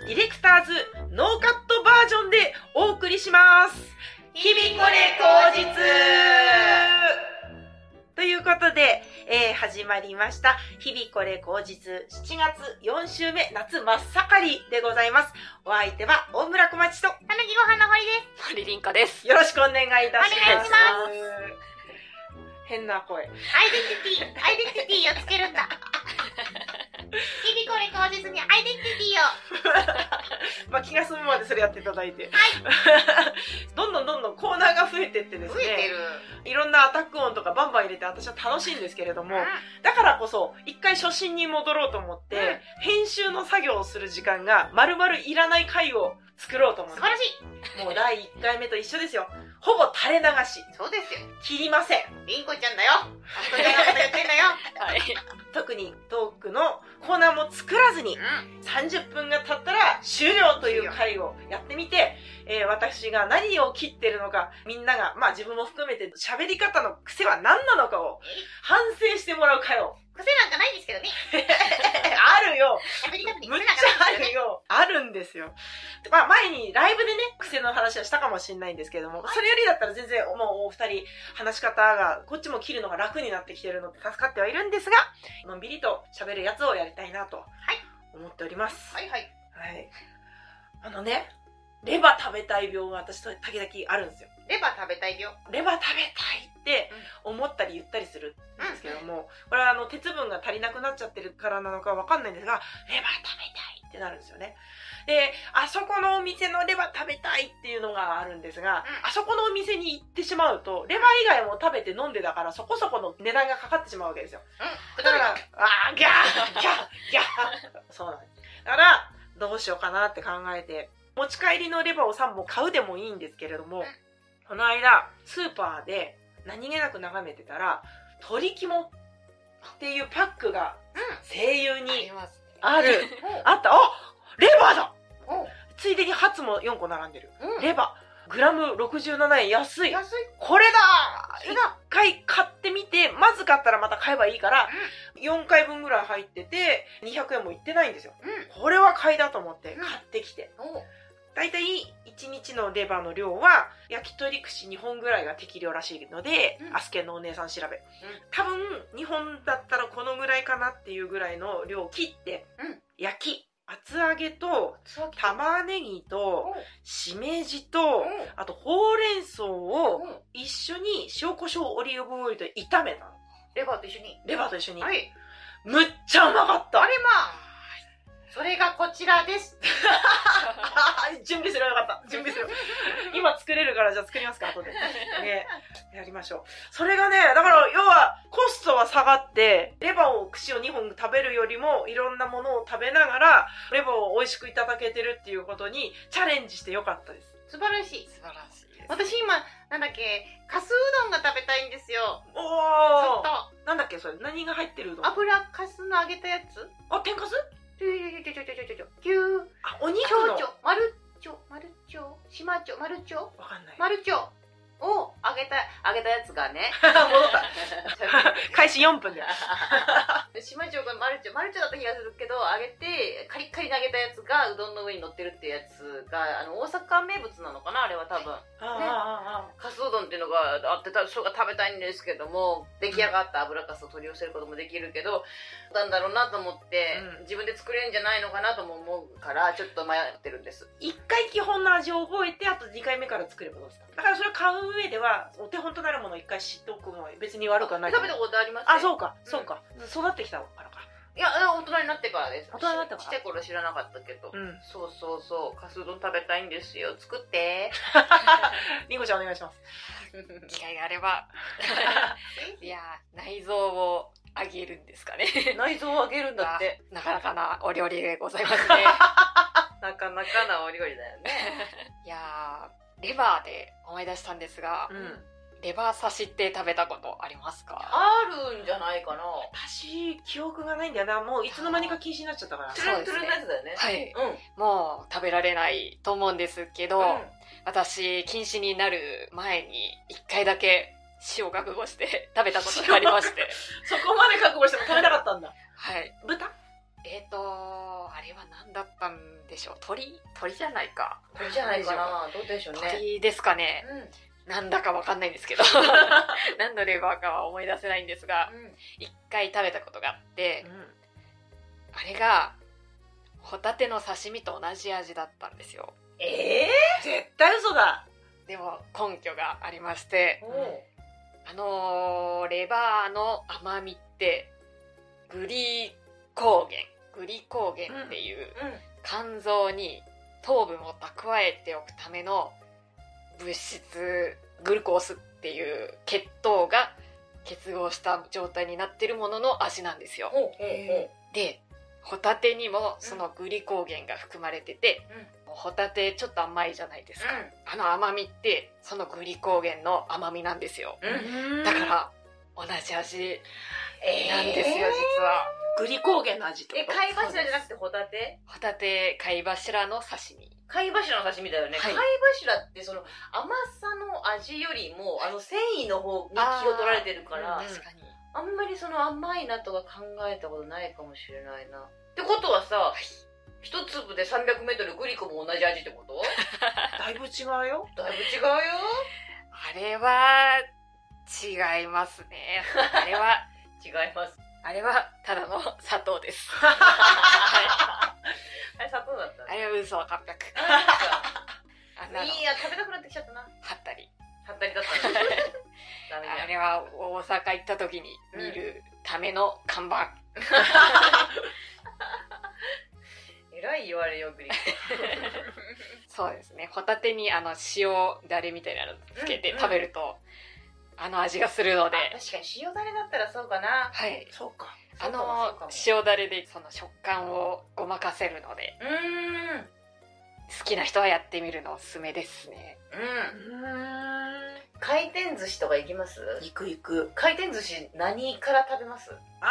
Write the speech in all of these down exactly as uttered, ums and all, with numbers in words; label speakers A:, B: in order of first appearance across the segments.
A: ディレクターズノーカットバージョンでお送りします。日々これ口実ということで、えー、始まりました日々これ口実しちがつよん週目夏真っ盛りでございます。お相手は大村小町と
B: たぬきごはんの堀です。
C: 森凛香です。
A: よろしくお願いいたします。
B: お願いします。
A: 変な声。
B: アイデンティティ、アイデンティティをつけるんだ。日々これ口実にアイデンティティ
A: を。まあ気が済むまでそれやっていただいて。
B: はい。
A: どんどんどんどんコーナーが増えてってですね。
B: 増えてる。
A: いろんなアタック音とかバンバン入れて私は楽しいんですけれども、うん、だからこそ一回初心に戻ろうと思って、うん、編集の作業をする時間が丸々いらない回を作ろうと思って。
B: 素晴らしい。
A: もうだいいっかいめと一緒ですよ。ほぼ垂れ流し。
B: そうですよ。
A: 切りません。
B: りんこちゃんだよ。本当にあなた言ってんだよ。
A: はい。特にトークのコーナーも作らずに、うん、さんじゅっぷんが経ったら終了という回をやってみて、えー、私が何を切ってるのか、みんなが、まあ自分も含めて喋り方の癖は何なのかを反省してもらう回を。
B: 癖なんかないですけどね。
A: あるよ。
B: 喋り方に
A: むっちゃあるよ。あるんですよ。まあ前にライブでね、癖の話はしたかもしれないんですけども、はい、それよりだったら全然もうお二人話し方が、こっちも切るのが楽になってきてるので助かってはいるんですが、のんびりと喋るやつをやりたいなと思っております。
B: はいはい。
A: はい。あのね、レバ食べたい病が私と時々あるんですよ。
B: レバ食べたい病
A: レバ食べたいって思ったり言ったりするんですけども、うん、これはあの鉄分が足りなくなっちゃってるからなのかわかんないんですが、レバ食べたいってなるんですよね。で、あそこのお店のレバ食べたいっていうのがあるんですが、うん、あそこのお店に行ってしまうと、レバ以外も食べて飲んでだからそこそこの値段がかかってしまうわけですよ。うん、だから、あー、ギャーギャーギャーそうなんです。だから、どうしようかなって考えて、持ち帰りのレバーをさんぼん買うでもいいんですけれども、うん、この間、スーパーで何気なく眺めてたら、鶏肝っていうパックが声優にある。あった。あ、レバーだ。ついでにハツもよんこ並んでる。うん、レバー。グラムろくじゅうななえん安い。
B: 安い。
A: これだー一回買ってみて、まず買ったらまた買えばいいから、うん、よんかいぶんぐらい入ってて、にひゃくえんもいってないんですよ。うん、これは買いだと思って買ってきて。うんだいたいいちにちのレバーの量は焼き鳥串にほんぐらいが適量らしいので、うん、アスケンのお姉さん調べ、うん、多分にほんだったらこのぐらいかなっていうぐらいの量を切って、うん、焼き厚揚げと玉ねぎとしめじとあとほうれん草を一緒に塩コショウオリーブオイルで炒めたの。
B: レバーと一緒に
A: レバーと一緒に、
B: はい、
A: むっちゃうまかった。
B: あれまあそれがこちらです。
A: 準備すればよかった。準備すれば。今作れるからじゃあ作りますか、後で。ね。やりましょう。それがね、だから要はコストは下がって、レバーを串をにほん食べるよりもいろんなものを食べながら、レバーを美味しくいただけてるっていうことにチャレンジしてよかったです。
B: 素晴らしい。
C: 素晴らしいです。
B: 私今、なんだっけ、かすうどんが食べたいんですよ。
A: おー。ちょっと。なんだっけ、それ。何が入ってるうどん？
B: 油かすの揚げたやつ？
A: あ、天かす？
B: ちょちょちょちょちょちょちょきゅー。
A: あ、お肉の。
B: ちょちょ、丸ちょ、丸ちょ、しまちょ、丸ちょ。
A: わかんない。
B: 丸ちょを揚げた、揚げたやつがね。
A: 戻った。開始よんぷんで。
B: しまちょが丸ちょ、丸ちょだった気がするけど、揚げて、カリッカリに揚げたやつがうどんの上に乗ってるっていうやつが、あの、大阪名物なのかなあれは多分。ね。かすうどんっていうのがあって、それが食べたいんですけども、出来上がった油かすを取り寄せることもできるけど、なんだろうなと思って、うん、自分で作れるんじゃないのかなとも思うから、ちょっと迷ってるんです。
A: 一回基本の味を覚えて、あとにかいめから作ればどうですか？だからそれを買う上では、お手本となるものを一回知っておくのは別に悪くはない。
B: 食べたことありますね。
A: あ、そうか、そうか。うん、育ってきたからか。
B: いや、大人になってからです。
A: 大人になってから
B: ちっちゃい頃知らなかったけど。
A: うん。
B: そうそうそう。かすうどん食べたいんですよ。作って。
A: りんごちゃんお願いします。
C: 機会があれば。いやー、内臓をあげるんですかね。
A: 内臓をあげるんだって。
C: なかなかなお料理でございますね。
B: なかなかなお料理だよね。
C: いやー、レバーで思い出したんですが、うん、レバー刺しって食べたことありますか？
B: あるんじゃないかな。
A: 私、記憶がないんだよな。もういつの間にか禁止になっちゃったから。
B: トゥルントゥルンのやつだよね。
C: はい。うん。もう食べられないと思うんですけど、うん、私、禁止になる前に一回だけ死を覚悟して食べたことがありまして。
A: そこまで覚悟しても食べなかったんだ。
C: はい。
A: 豚？
C: えっ、ー、とあれは何だったんでしょう。鳥鳥じゃないか。
B: 鳥じゃないかな。どうでしょうね。
C: 鳥ですかね。うん、なんだかわかんないんですけど何のレバーかは思い出せないんですが、一、うん、回食べたことがあって、うん、あれがホタテの刺身と同じ味だったんですよ。
B: えー、
A: 絶対嘘だ。
C: でも根拠がありまして、うん、あのー、レバーの甘みってグリコーゲングリコーゲンっていう、うんうん、肝臓に糖分を蓄えておくための物質グルコースっていう血糖が結合した状態になっているものの味なんですよ。でホタテにもそのグリコーゲンが含まれてて、うん、ホタテちょっと甘いじゃないですか、うん、あの甘みってそのグリコーゲンの甘みなんですよ、うん、だから同じ味なんですよ、えー、実は。
A: グリコーゲンの味ってこと？
B: え、貝柱じゃなくてホタテ？
C: ホタテ貝柱の刺身。
B: 貝柱の刺身だよね、はい、貝柱ってその甘さの味よりもあの繊維の方に気を取られてるから、
C: 確かに
B: あんまりその甘いなとか考えたことないかもしれないな。ってことはさ、はい、一粒でさんびゃくメートルグリコも同じ味ってこと？
A: だいぶ違うよ。
B: だいぶ違うよ。
C: あれは違いますね。あれは
B: 違います。
C: あれはただの砂糖です。
B: はい。あれ砂糖だった。
C: あれは嘘はっぴゃく。
B: あいや、食べたくなってきちゃったな。
C: はったり。
B: はったりだったね。
C: ダメだ。あれは大阪行った時に見るための看板。
B: えらい言われよ、グリコ。
C: そうですね。ホタテにあの塩だれみたいなのつけて食べると、うんうん、あの味がするので。
B: 確かに塩だれだったらそうかな。
C: はい。
A: そうか。
C: あの塩だれでその食感をごまかせるので。
B: うん。
C: 好きな人はやってみるのおすすめですね。
B: うん。うん。回転寿司とか行きます？
A: 行く行く。
B: 回転寿司何から食べます？
A: あー。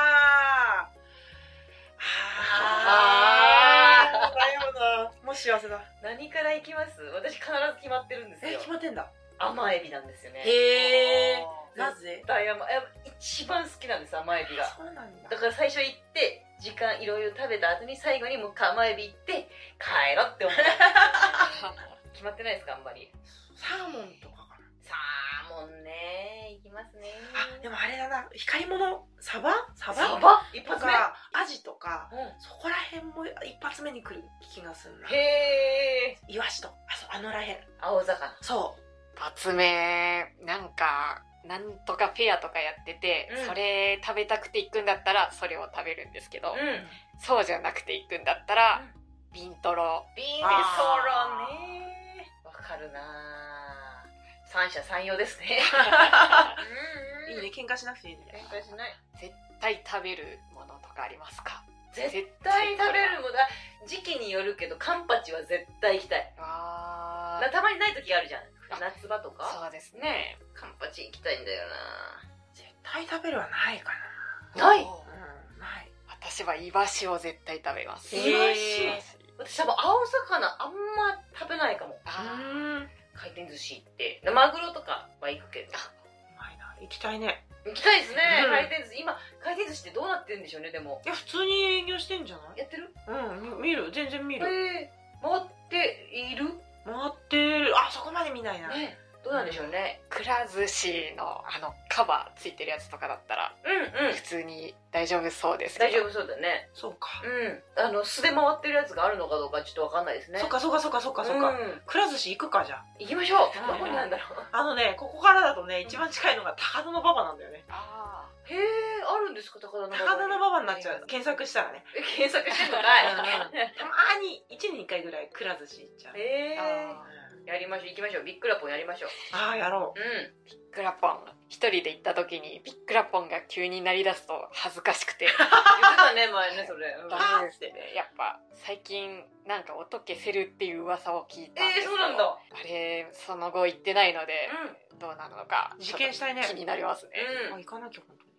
A: あー。あー。だよな。もう幸せだ。
B: 何から行きます？私必ず決まってるんですよ。
A: え、決まってんだ。
B: 甘エビなんですよね。
A: へー。なぜ？
B: 大甘一番好きなんです、甘エビが。
A: そうなんだ。
B: だから最初行って時間いろいろ食べた後に最後にもう甘エビ行って帰ろって思った決まってないですか？あんまり。
A: サーモンとかかな。
B: サーモンね、行きますね。
A: あ、でもあれだな、光り物サバサバ
B: サバ一発目
A: とかアジとか、うん、そこら辺も一発目に来る気がするな。
B: へー。
A: イワシとあ、そう、あのら辺。
B: 青魚。
A: そう
C: 一発目なんかなんとかフェアとかやってて、うん、それ食べたくて行くんだったらそれを食べるんですけど、うん、そうじゃなくて行くんだったら、うん、ビントロ
B: ビントロね、わかるな。三者三様ですね。
A: いいね、喧嘩しなくていいね。
B: 喧嘩しない。
C: 絶対食べるものとかありますか？
B: 絶対食べるものだ。時期によるけどカンパチは絶対行きたい。
C: あ
B: たまにない時あるじゃん、夏場とか。
C: そうですね。
B: カンパチ行きたいんだよな。
A: 絶対食べるはないか
B: な。ない、うん、
A: ない。
C: 私はイワシを絶対食べます。
B: イワシ、私多分青魚あんま食べないかも。あ、回転寿司行ってマグロとかは行くけど。
A: うまいな。行きたいね。
B: 行きたいですね、うん、回転寿司。今回転寿司ってどうなってるんでしょうね。でも
A: いや、普通に営業してんじゃない？
B: やってる？
A: うん、見る、全然見る。
B: えー、回っている？
A: 回ってる。あ、そこまで見ないな。
B: ね、どうなんでしょうね。
C: くら寿司のあのカバーついてるやつとかだったら、うんうん、普通に大丈夫そうですけど。
B: 大丈夫そうだね。
A: そうか。
B: うん。あの素で回ってるやつがあるのかどうかちょっとわかんないですね。
A: そっかそっかそっかそっかそっか。くら寿司行くか、じゃあ。
B: 行きましょう。どこになんだろう。
A: あのね、ここからだとね、一番近いのが高田の馬場なんだよね。
B: ああ。へえ、あるんですか、高田の馬場。
A: 高田の馬場になっちゃう。検索したらね。
B: え、検索してんのかい。
A: たまにいちねんにいっかいぐらいくら寿司行っちゃう。
B: へえ。やりましょう、行きましょう。ビックラポンやりましょう。
A: ああ、やろう。
B: うん。
C: ビックラポン。一人で行った時にビックラポンが急に鳴り出すと恥ずかしくて。
B: 言ってたね、前ね、それ。
C: ダメですね。やっぱ最近なんか音消せるっていう噂を聞いたんですけど。
B: えー、そうなんだ。
C: あれ、その後行ってないので、うん、どうなのか。
A: 実験したいね。
C: 気になりますね。
A: うん。あ、行かなきゃ本当に。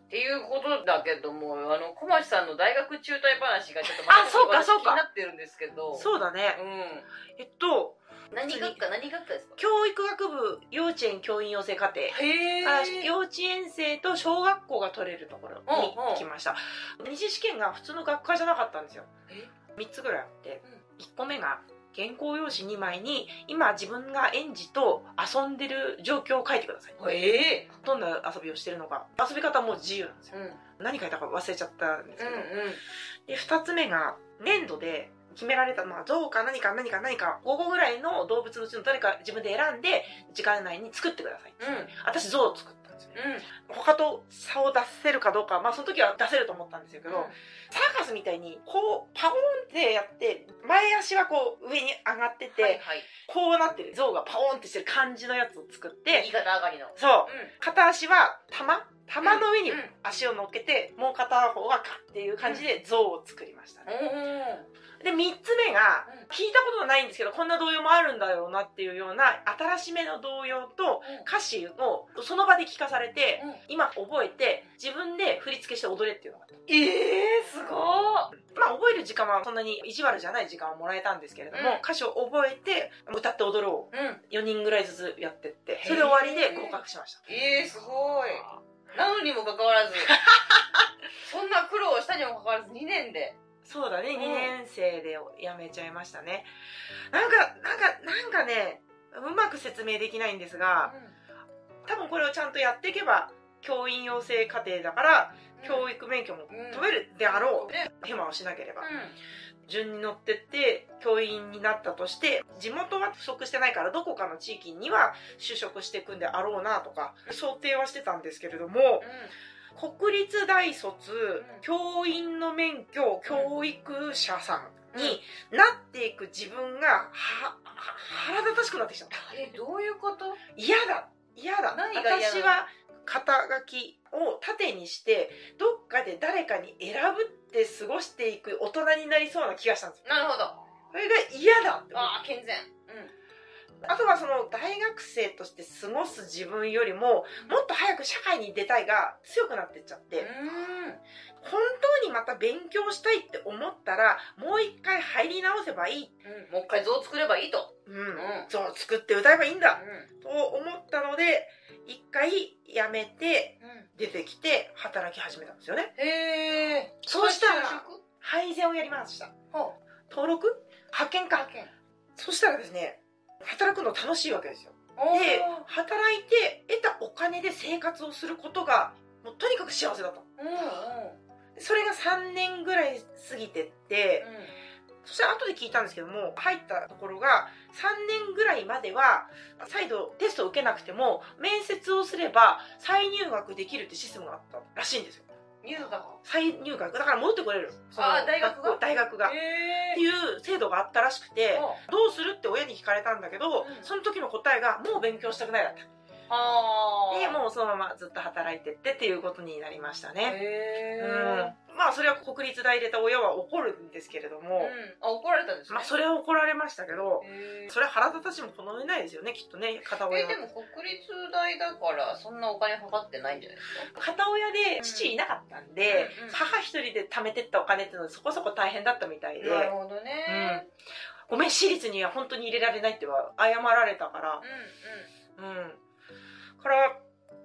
B: っていうことだけども、あの小町さんの大学中退話がちょっとまた
A: あそうかそうか
B: 気になってるんですけど。
A: そうだね、
B: うん、
A: えっと
B: 何学科何学科ですか？
A: 教育学部幼稚園教員養成課程。
B: へ
A: あ
B: ー。
A: 幼稚園生と小学校が取れるところに行きました。二次試験が普通の学科じゃなかったんですよ。みっつぐらいあって、いっこめが原稿用紙にまいに今自分が園児と遊んでる状況を書いてください。
B: え
A: ー、どんな遊びをしてるのか、遊び方も自由なんですよ、
B: うん、
A: 何書いたか忘れちゃったんですけど、
B: うんうん、
A: でふたつめが年度で決められた、まあ、象か何か何か何かごこぐらいの動物のうちのどれか自分で選んで時間内に作ってください、
B: うん、
A: 私象を作ったんですよ、うん、他と差を出せるかどうか、まあその時は出せると思ったんですけど、うん、サーカスみたいにこうパオンってやって前足はこう上に上がってて、はいはい、こうなってる象がパオンってしてる感じのやつを作って、
B: 右肩上がりの、
A: そう、うん、片足は玉玉の上に足を乗っけて、うん、もう片方がカッっていう感じで象を作りましたね、うん、でみっつめが聞いたことがないんですけどこんな童謡もあるんだろうなっていうような新しめの童謡と歌詞をその場で聞かされて、うん、今覚えて自分で振り付けして踊れっていうのがあった。
B: えー、すごー。
A: まあ覚える時間はそんなに意地悪じゃない時間はもらえたんですけれども、うん、歌詞を覚えて歌って踊ろう、うん、よにんぐらいずつやってってそれで終わりで合格しました。
B: えー、すごい。なのにもかかわらずそんな苦労をしたにもかかわらずにねんで。
A: そうだね、うん、にねん生で辞めちゃいましたね。なんかなんかなんかねうまく説明できないんですが、うん、多分これをちゃんとやっていけば教員養成課程だから、うん、教育免許も取れるであろう、うん、手間をしなければ、うん、順に乗ってって教員になったとして地元は不足してないからどこかの地域には就職していくんであろうなとか想定はしてたんですけれども、うん、国立大卒、うん、教員の免許教育者さんになっていく自分がは腹立たしくなってきた。
B: え、どういうこと？
A: 嫌だ嫌だ。
B: 何が嫌なの？
A: 私は肩書きを盾にしてどっかで誰かに選ぶって過ごしていく大人になりそうな気がしたんですよ。
B: なるほど。
A: それが嫌だって。
B: ああ、健全。
A: うん。あとはその大学生として過ごす自分よりももっと早く社会に出たいが強くなってっちゃって、うん、本当にまた勉強したいって思ったらもう一回入り直せばいい、
B: うん、もう一回像を作ればいいと、
A: うんうん、像を作って歌えばいいんだ、うん、と思ったので一回辞めて出てきて働き始めたんですよね。
B: へー。
A: そうしたら配膳をやりました。登録派遣か。派遣。そしたらですね働くの楽しいわけですよ。で働いて得たお金で生活をすることがもうとにかく幸せだった、うんうん、それがさんねんぐらい過ぎてって、うん、そしたら後で聞いたんですけども入ったところがさんねんぐらいまでは再度テストを受けなくても面接をすれば再入学できるってシステムがあったらしいんですよ。
B: 入学
A: 再入学だから戻ってこれる。
B: あ大学が
A: 大学がっていう制度があったらしくてどうするって親に聞かれたんだけど、うん、その時の答えがもう勉強したくないだった。あでもうそのままずっと働いてってっていうことになりましたね。へー、うん、まあそれは国立大入れた親は怒るんですけれども、うん、
B: あ怒られたんですね。
A: まあそれは怒られましたけどそれは腹立たしもこの上ないですよねきっとね片親。
B: えでも国立大だからそんなお金かかってないんじゃないですか。
A: 片親で父いなかったんで、うんうんうん、母一人で貯めてったお金っていうのはそこそこ大変だったみたいで。
B: なるほどね、
A: うん、ごめん私立には本当に入れられないっては謝られたからうんうん、うんから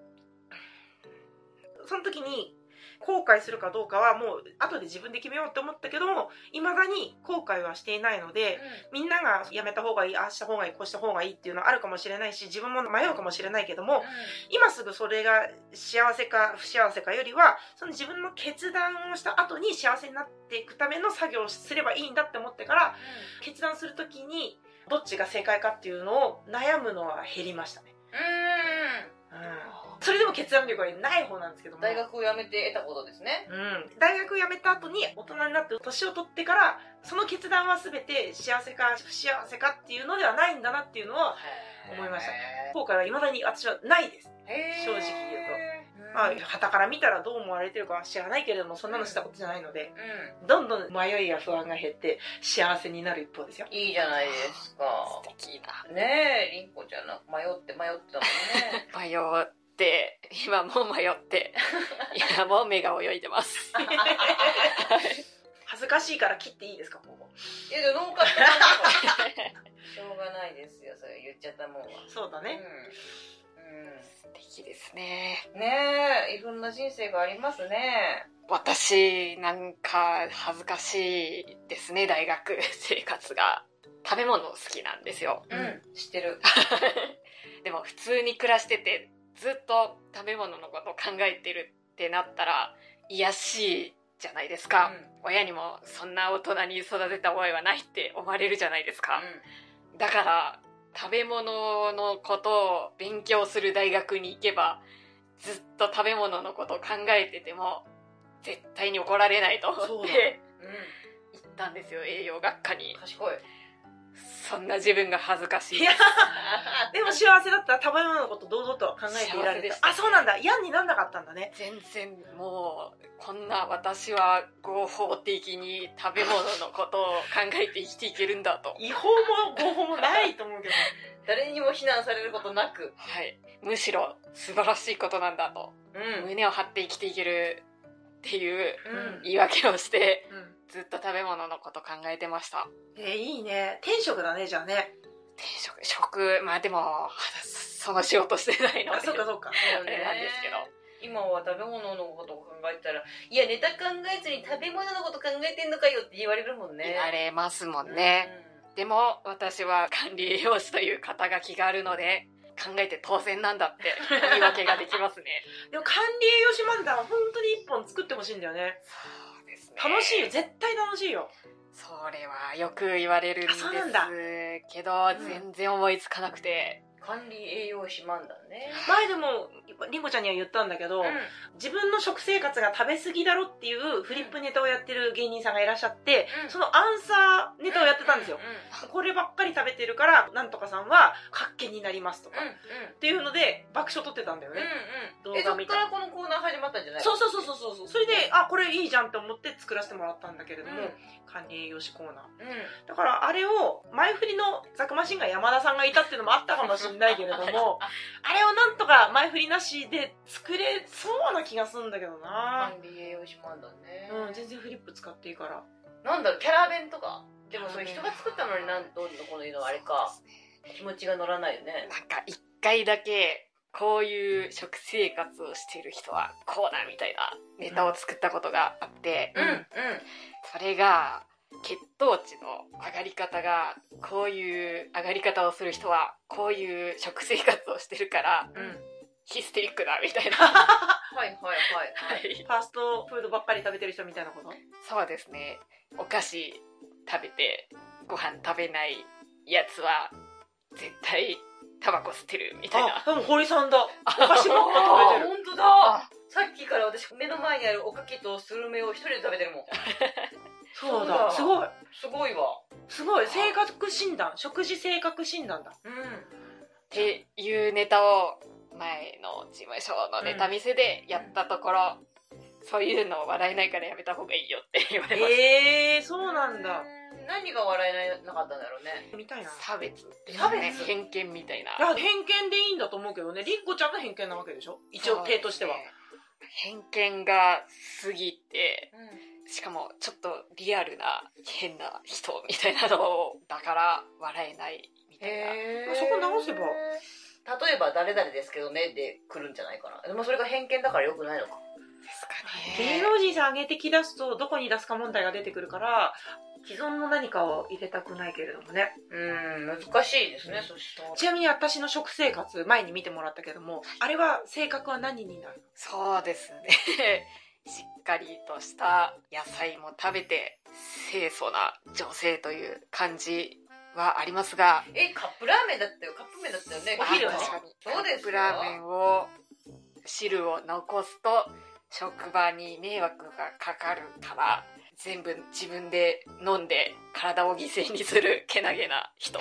A: その時に後悔するかどうかはもう後で自分で決めようって思ったけども未だに後悔はしていないので、うん、みんながやめた方がいいああした方がいいこうした方がいいっていうのはあるかもしれないし自分も迷うかもしれないけども、うん、今すぐそれが幸せか不幸せかよりはその自分の決断をした後に幸せになっていくための作業をすればいいんだって思ってから、うん、決断する時にどっちが正解かっていうのを悩むのは減りましたね。うーん、うん、それでも決断力はない方なんですけども
B: 大学を辞めて得たことですね、
A: うん、大学を辞めた後に大人になって年を取ってからその決断は全て幸せか不幸せかっていうのではないんだなっていうのは思いました。後悔は未だに私はないです。正直言うとまあ傍から見たらどう思われてるかは知らないけれどもそんなのしたことじゃないので、うん、どんどん迷いや不安が減って幸せになる一方ですよ。
B: いいじゃないですか。
C: 素敵だ
B: ねえ。りんこちゃん迷って迷ってたもんね
C: 迷って、今も迷って、今も目が泳いでます。はい、
A: 恥ずかしいから切っていいですか、ここ。
B: いや、ノーカットなんしょうがないですよ、それ言っちゃったもんは。
A: そうだね。
C: うん。うん、素敵ですね。
B: ねえ、いろんな人生がありますね。
C: 私、なんか恥ずかしいですね、大学生活が。食べ物好きなんですよ。
B: うん、知ってる。
C: でも普通に暮らしてて、ずっと食べ物のことを考えてるってなったら、癒しいじゃないですか。うん、親にもそんな大人に育てた覚えはないって思われるじゃないですか。うん、だから、食べ物のことを勉強する大学に行けば、ずっと食べ物のことを考えてても、絶対に怒られないと思って、うん、行ったんですよ、栄養学科に。
B: 賢い。
C: そんな自分が恥ずかしい。いや
A: でも幸せだったら食べ物のこと堂々と考えていられた。あ、そうなんだ。嫌になんなかったんだね。
C: 全然もう、こんな私は合法的に食べ物のことを考えて生きていけるんだと。
A: 違法も合法もないと思うけど。
B: 誰にも非難されることなく。
C: はい。むしろ素晴らしいことなんだと。うん、胸を張って生きていけるっていう言い訳をして、うんうんずっと食べ物のこと考えてました。
A: えー、いいね。天職だね、じゃあね。
C: 天職、職、まあでも、その仕事してないので。
A: あ、そうかそうか。
C: あれなんですけど。
B: 今は食べ物のことを考えたら、いや、ネタ考えずに食べ物のこと考えてんのかよって言われるもんね。
C: 言われますもんね。うん、でも、私は管理栄養士という肩書きがあるので、考えて当然なんだって言い訳ができますね。
A: でも管理栄養士漫談は本当に一本作ってほしいんだよね。楽しいよ、絶対楽しいよ。
C: それはよく言われるんですけど、うん、全然思いつかなくて。
B: 管理栄養士漫談ね。
A: 前でもりんごちゃんには言ったんだけど、うん、自分の食生活が食べ過ぎだろっていうフリップネタをやってる芸人さんがいらっしゃって、うん、そのアンサーネタをやってたんですよ、うんうん、こればっかり食べてるからなんとかさんは活気になりますとか、うんうん、っていうので爆笑取ってたんだよね、
B: うんうん、動画見た。え、そっからこのコーナー始まったんじゃない？
A: そうそうそうそうそう。それで、あ、これいいじゃんって思って作らせてもらったんだけれども、うん、管理栄養士コーナー、うん、だからあれを前振りのザクマシンガン山田さんがいたっていうのもあったかもしれないけれどもあれをなんとか前振りなしで作れそうな気がするんだけどな。
B: 管理栄養士漫談ね。
A: うん、全然フリップ使っていいから。
B: なんだろう、キャラ弁とか。でもそれ人が作ったのになんどういうのこのいうのはあれか、ね、気持ちが乗らないよね。
C: なんか一回だけこういう食生活をしている人はこうだみたいなネタを作ったことがあって、うんうん、それが血糖値の上がり方がこういう上がり方をする人はこういう食生活をしてるから、うん、ヒステリックだみたいな
B: はいはいはいはい、
A: ファーストフードばっかり食べてる人みたいなこと？
C: そうですね。お菓子食べてご飯食べないやつは絶対タバコ吸ってるみたいな。
A: あ、でも堀さんだ。お菓子ばっか食べてる。
B: 本当だ。さっきから私目の前にあるおかきとスルメを一人で食べてるもん。
A: そうだ。すごい。
B: すごいわ。
A: すごい。性格診断。食事性格診断だ。うん。
C: っていうネタを前の事務所のネタ見せでやったところ、うん、そういうの笑えないからやめた方がいいよって言われました。
A: えー、そうなんだ。
B: 何が笑えなかったんだろうね。
A: みたいな。
C: 差別、ね。
B: 差別
C: 偏見みたいな。
A: いや、偏見でいいんだと思うけどね。りんごちゃんの偏見なわけでしょ？一応、体としては。
C: 偏見が過ぎて、うん、しかもちょっとリアルな変な人みたいなのを、だから笑えないみたいな。
A: そこ直せば。
B: 例えば誰々ですけどねで来るんじゃないかな。でもそれが偏見だから良くないのか。
C: ですかね。
A: 芸能人さん上げてき出すとどこに出すか問題が出てくるから、既存の何かを入れたくないけれどもね。
B: うーん、難しいですね、うん、そしたら。
A: ちなみに私の食生活、前に見てもらったけども、あれは性格は何になるの？
C: そうですね。しっかりとした野菜も食べて、清楚な女性という感じはありますが。
B: え、カップラーメンだったよ、カップ麺だったよね。
A: お昼はね。
B: そうですよ。
C: カップラーメンを、汁を残すと、職場に迷惑がかかるから、全部自分で飲んで体を犠牲にするけなげな人。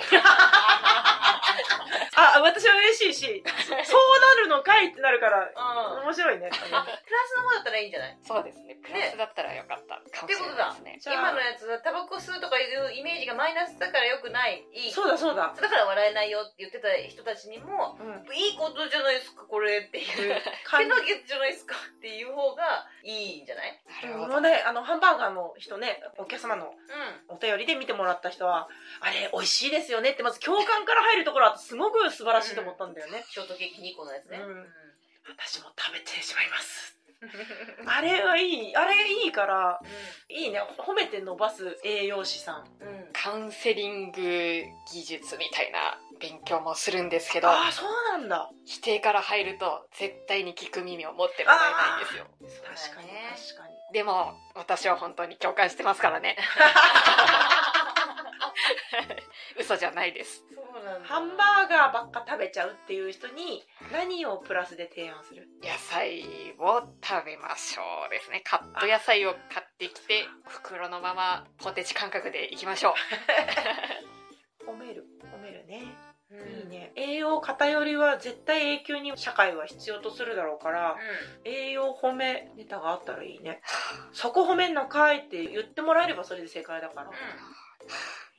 A: あ、私は嬉しいし、そうなるのかいってなるから、うん、面白いね。プラ
B: スの方ったらいいんじゃない？
C: そうですね。プラスだったらよかったかもしれないですね。
B: 今のやつはタバコ吸うとかいうイメージがマイナスだからよくない。いい。
A: そうだそうだ。
B: だから笑えないよって言ってた人たちにも、うん、いいことじゃないですかこれっていうけなげじゃないですかっていう方がいいんじゃない？
A: なるほどね。あのハンバーガーの人ね、お客様のお便りで見てもらった人は、うん、あれ美味しいですよねってまず共感から入るところはすごく素晴らしいと思ったんだよね。うん、
B: ショートケーキにこのやつね。うん、
A: 私も食べてしまいます。あれはいい、あれいいから、うん、いいね。褒めて伸ばす栄養士さん、うん、
C: カウンセリング技術みたいな勉強もするんですけど、
A: ああそうなんだ。
C: 否定から入ると絶対に聞く耳を持ってもらえないんですよ。
A: 確かに確かに。
C: でも私は本当に共感してますからね。嘘じゃないです。
B: そうなんだ。
A: ハンバーガーばっか食べちゃうっていう人に何をプラスで提案する？
C: 野菜を食べましょうですね。カット野菜を買ってきて袋のままポテチ感覚でいきましょ
A: う。褒める褒めるね、うん、いいね。栄養偏りは絶対永久に社会は必要とするだろうから、うん、栄養褒めネタがあったらいいね。そこ褒めんのかいって言ってもらえればそれで正解だから、うん、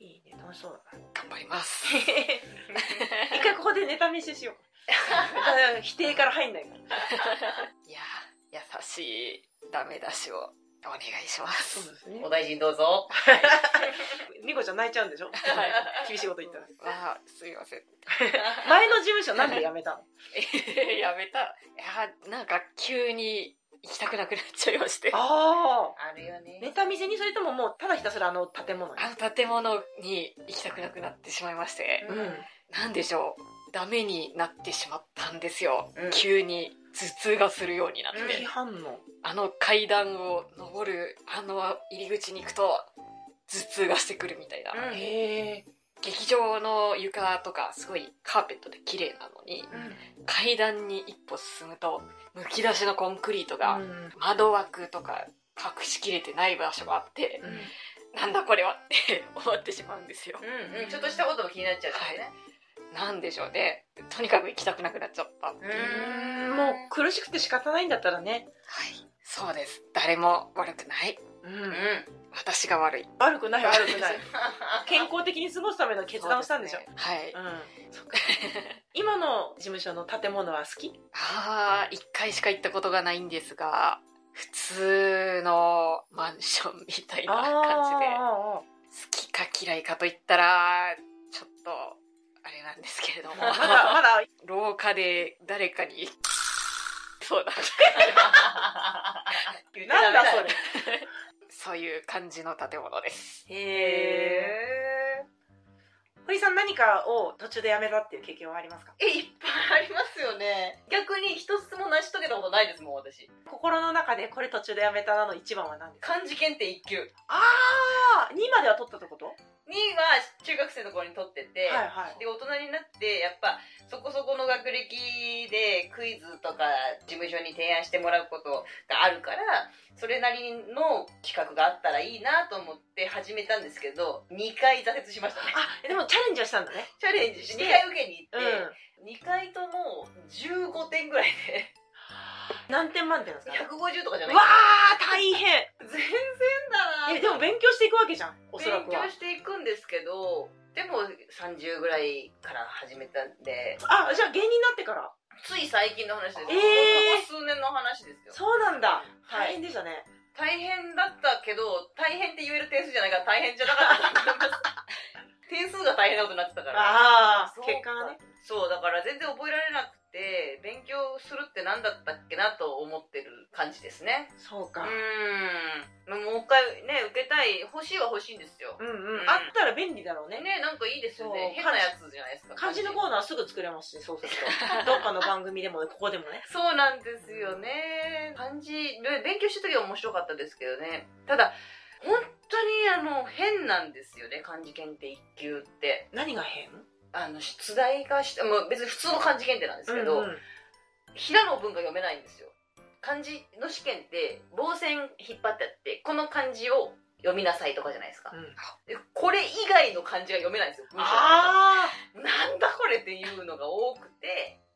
A: いいね。楽しそうだな。
C: 頑張ります。
A: 一回ここでネタ見せしよう。否定から入んないから。い
C: や、優しいダメ出しをお願いします。
A: そうですね。
B: お大臣どうぞ。
A: みこちゃん泣いちゃうんでしょ？厳しいこと言ったら。
C: あ、すいません。
A: 前の事務所なんで辞めたの？
C: 辞めた。いや、なんか急に行きたくなくなっちゃいまして。
B: ああ、あるよね。
A: ネタ見せに、それとももうただひたすらあの建物に？
C: あの建物に行きたくなくなってしまいまして、うん、なんでしょう。ダメになってしまったんですよ、うん、急に頭痛がするようになって、
A: うん、反応。
C: あの階段を上るあの入り口に行くと頭痛がしてくるみたいな、うん、へー。劇場の床とかすごいカーペットで綺麗なのに、うん、階段に一歩進むとむき出しのコンクリートが、うん、窓枠とか隠しきれてない場所があって、うん、なんだこれはって思ってしまうんですよ、
B: うんうん、ちょっとしたことも気になっちゃうからね、はい。
C: なんでしょうね。とにかく行きたくなくなっちゃった。う
A: ーん、もう苦しくて仕方ないんだったらね。
C: はい。そうです。誰も悪くない。うん。うん、私が悪い。
A: 悪くない悪くない。健康的に過ごすための決断をしたんでしょ。
C: ね、はい。うん。
A: 今の事務所の建物は好き？
C: ああ、一回しか行ったことがないんですが、普通のマンションみたいな感じで、好きか嫌いかと言ったら、ちょっと、あれなんですけれども。まだ、まだ、廊下で誰かに、そうだ。
A: なんだそれ。
C: そういう感じの建物です。
A: へー。堀さん何かを途中でやめたっていう経験はありますか？
B: え、いっぱいありますよね。逆に一つも成し遂げたことないですもん、私。
A: 心の中でこれ途中でやめたなの一番は何ですか？
B: 漢字検定いっ級。
A: あー、にまでは取ったってこと？
B: には中学生の頃に取ってて、はいはい、で大人になってやっぱそこそこの学歴でクイズとか事務所に提案してもらうことがあるから、それなりの企画があったらいいなと思って始めたんですけど、にかい挫折しましたね。
A: あ、でもチャレンジはしたんだね。
B: チャレンジしてにかい受けに行って、うん、にかいともじゅうごてんぐらいで
A: 何点満点なんですか？
B: ひゃくごじゅうとかじゃない？
A: わー大変。
B: 全然だな。
A: え、でも勉強していくわけじゃん、おそらくは。
B: 勉強していくんですけど、でもさんじゅうぐらいから始めたんで。
A: あ、じゃあ芸人になってから？
B: つい最近の話です。
A: えー、
B: ここ数年の話ですよ。
A: そうなんだ。大変でしたね。
B: はい、大変だったけど、大変って言える点数じゃないから大変じゃなかったと思います。点数が大変なことになってたから。
A: ああ、結果がね。
B: そう、だから全然覚えられなくて、勉強するって何だったっけなと思ってる感じですね。
A: そうか。
B: うーん。もう一回ね、受けたい、欲しいは欲しいんですよ。
A: うんうん。うん、あったら便利だろうね。
B: ね、なんかいいですよね。変なやつじゃないですか。
A: 漢字のコーナーすぐ作れますし、そうすると。どっかの番組でもね、ここでもね。
B: そうなんですよね。漢字、勉強した時は面白かったですけどね。ただ、本当にあの、変なんですよね、漢字検定いっ級って。
A: 何が変？
B: あの、出題がし、もう別に普通の漢字検定なんですけど、うんうん、平の文が読めないんですよ。漢字の試験って棒線引っ張ってあって、この漢字を読みなさいとかじゃないですか。うん、でこれ以外の漢字が読めないんですよ、文章が。あー、なんだこれっていうのが多くて、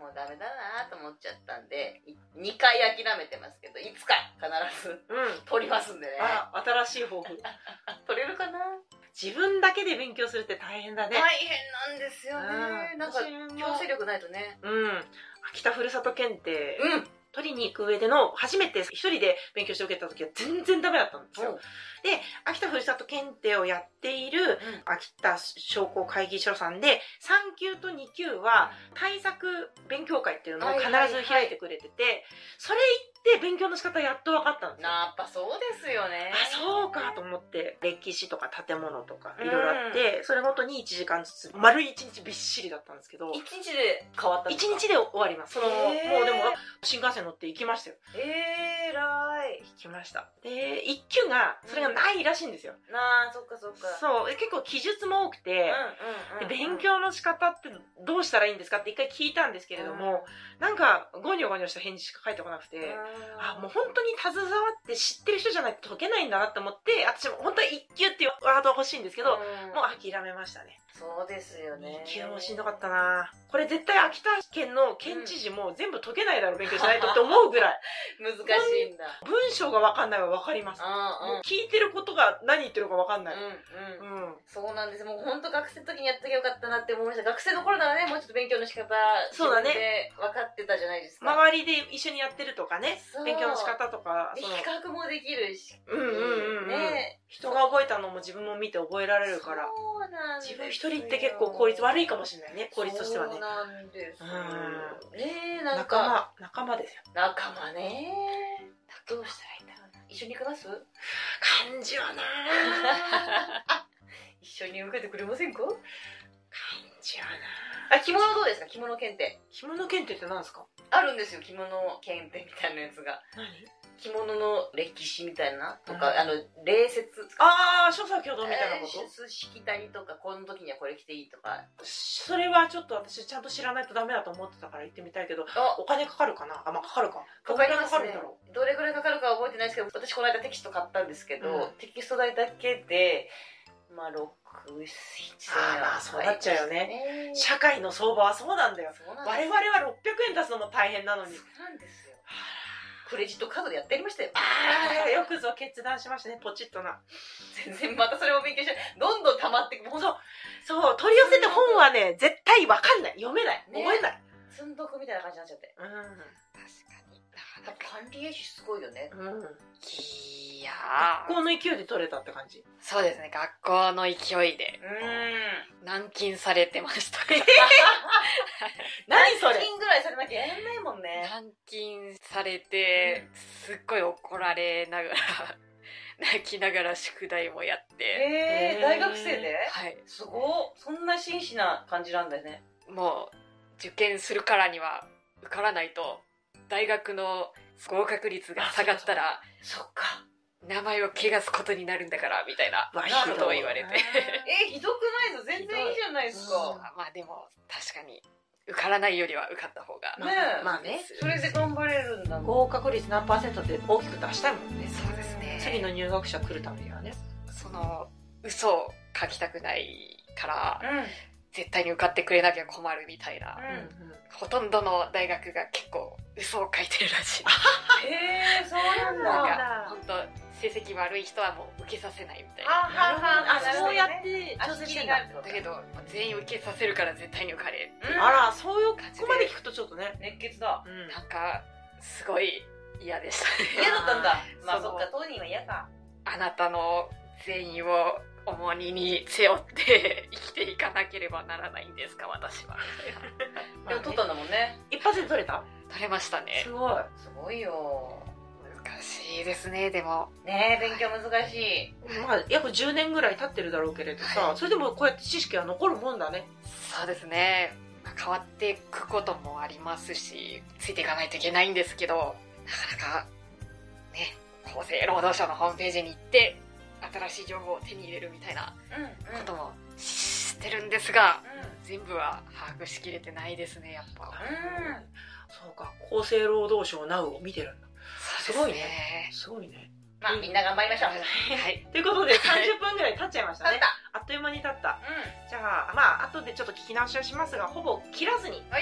B: もうダメだなと思っちゃったんでにかい諦めてますけど、いつか必ず取りますんでね。
A: あ、新しい抱負。
B: 取れるかな。
A: 自分だけで勉強するって大変だね。
B: 大変なんですよね。なんか強制力ないとね。
A: うん。秋田ふるさと検定、
B: うん、
A: 取りに行く上での初めて一人で勉強して受けた時は全然ダメだったんですよ。で、秋田ふるさと検定をやっている秋田商工会議所さんでさん級とに級は対策勉強会っていうのを必ず開いてくれてて、それ行って勉強の仕方やっと分かったんですよ。
B: やっぱそうですよね。
A: あ、そうかと思って、歴史とか建物とかいろいろあって、うん、それごとにいちじかんずつ丸いちにちびっしりだったんですけど、
B: いちにちで変わったんですか？
A: いちにちで終わります。そのもうでも新幹線乗って行きましたよ。
B: えー、らい。
A: 行きました。で、いっ級がそれがないらしいんですよ。
B: うん、ああ、そっかそっか。
A: そう、結構記述も多くて、うんうんうんうん、で勉強の仕方ってどうしたらいいんですかって一回聞いたんですけれども、うん、なんかゴニョゴニョした返事しか返ってこなくて、うん、あ、もう本当に携わって知ってる人じゃないと解けないんだなって思って、私も本当はいっ級っていうワードは欲しいんですけど、うん、もう諦めましたね。
B: そうですよね。
A: に級もしんどかったな。これ絶対秋田県の県知事も全部解けないだろう、勉強しないとって思うぐらい
B: 難しいんだ。
A: 文章が分かんないは分かります。もう聞いてることが何言ってるか分かんない。うん
B: うんうん、そうなんです。もう本当学生の時にやっときゃよかったなって思いました。学生の頃ならね、もうちょっと勉強の仕方
A: そうだね、
B: 自分で分かってたじゃないですか。
A: 周りで一緒にやってるとかね、勉強の仕方とか、
B: 比較もできるし、
A: うんうんうん、ね、人が覚えたのも自分も見て覚えられるから。
B: そうなんですよ。
A: 自分一人って結構効率悪いかもしれないね、効率としてはね。
B: そうなんですよ。
A: うん、
B: ねえ、なんか
A: 仲間、仲間ですよ。
B: 仲間ね。どうしたらいいんだろうな。一緒に行きます？
A: 感じはな
B: 一緒に受けてくれませんか？感
A: じは
B: なあ、着物どうですか？着物検定。
A: 着物検定って何ですか？
B: あるんですよ、着物検定みたいなやつが。
A: 何？
B: 着物の歴史みたいなとか、うん、あの礼節、
A: ああ、所作共同みたいなこと、
B: えー、しきたりとか、この時にはこれ着ていいとか。
A: それはちょっと私ちゃんと知らないとダメだと思ってたから行ってみたいけど、お金かかるかな。あ、まあかかるか。
B: かかりますね。どれぐらいかかるかは覚えてないですけど、私この間テキスト買ったんですけど、うん、テキスト代だけでまあろく、ななせんえん。
A: ああ、そうなっちゃうよね。社会の相場はそうなんだよ。我々はろっぴゃくえん出すのも大変なのに。
B: そうなんですよ。クレジットカードでやってやりましたよ。
A: ああ、よくぞ決断しましたね、ポチッとな。
B: 全然またそれも勉強して、どんどん溜まっていく。
A: そう、そう、取り寄せて本はね、絶対わかんない。読めない。覚えない。
B: 積んどくみたいな感じになっちゃって。
A: うん。確か
B: に。管理栄士すごいよね。
A: うん。
C: いや
A: ー。学校の勢いで取れたって感じ。
C: そうですね、学校の勢いで。うん。軟禁されてました。
A: 何それ？
B: 軟禁ぐらいされなきゃやんないもんね。
C: 軟禁されて、すっごい怒られながら、泣きながら宿題もやって。
B: えー、大学生で？
C: はい。
B: すごい。そんな真摯な感じなんだよね。
C: もう、受験するからには受からないと、大学の合格率が下がったら、
B: そっか。
C: 名前を汚すことになるんだから、みたいなことを言われて。
B: え、ひどくないぞ。全然いいじゃないですか。
C: まあでも、確かに、受からないよりは受かった方が。
B: ねえ。まあね。それで頑張れるんだもん。
A: 合格率何パーセントって大きく出したいもんね。
C: そうですね。
A: 次の入学者来るためにはね。
C: その、嘘を書きたくないから、うん、絶対に受かってくれなきゃ困るみたいな。うんうん、ほとんどの大学が結構嘘を書いてるらしい。
B: へえ、そうなんだ。
C: なんか、ほんと、成績悪い人はもう受けさせないみたいな。
A: あ、そうやって調整してんだ。
C: だけど、全員受けさせるから絶対に受かれ。
A: あら、そういう感じで。ここまで聞くとちょっとね、
B: 熱血だ。
C: なんか、すごい嫌でしたね。
B: 嫌だったんだ。まあそっか、当人は嫌か。
C: あなたの全員を重荷に背負って生きていかなければならないんですか、私は。
B: でも取ったんだもんね。
A: 一発で取れた？
C: 取れましたね。
A: すごい。
B: すごいよ。
C: 難しいですね、でも。
B: ねえ、勉強難しい。
A: まあ、約じゅうねんぐらい経ってるだろうけれどさ、それでもこうやって知識は残るもんだね。
C: そうですね。変わっていくこともありますし、ついていかないといけないんですけど、なかなか、ね、厚生労働省のホームページに行って、新しい情報を手に入れるみたいなことも知ってるんですが、うん、全部は把握しきれてないですね、やっぱ。うん、
A: そうか、厚生労働省ナウを見てるんだ。すごいね。すごいね。
B: まあ、みんな頑張りましょう。
A: はい。ということで、さんじゅっぷんぐらい経っちゃいましたね。あっという間に経った。じゃあ、まあ、後でちょっと聞き直しはしますが、ほぼ切らずに。
B: はいはい。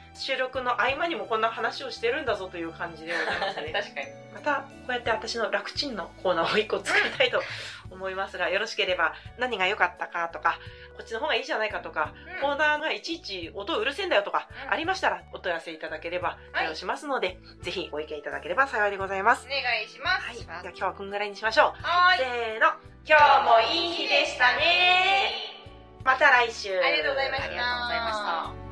A: 収録の合間にもこんな話をしてるんだぞという感じでございますね。
B: 確かに。
A: またこうやって私の楽ちんのコーナーをいっこ作りたいと思いますが、よろしければ何が良かったかとか、こっちの方がいいじゃないかとか、うん、コーナーがいちいち音うるせえんだよとか、うん、ありましたらお問い合わせいただければ対応しますので、はい、ぜひご意見いただければ幸いでございます。
B: お願いします。
A: はい。じゃあ今日はこんぐらいにしましょう。
B: はい。
A: せーの。今日もいい日でしたね。また来週。
B: ありがとうございました。
C: ありがとうございました。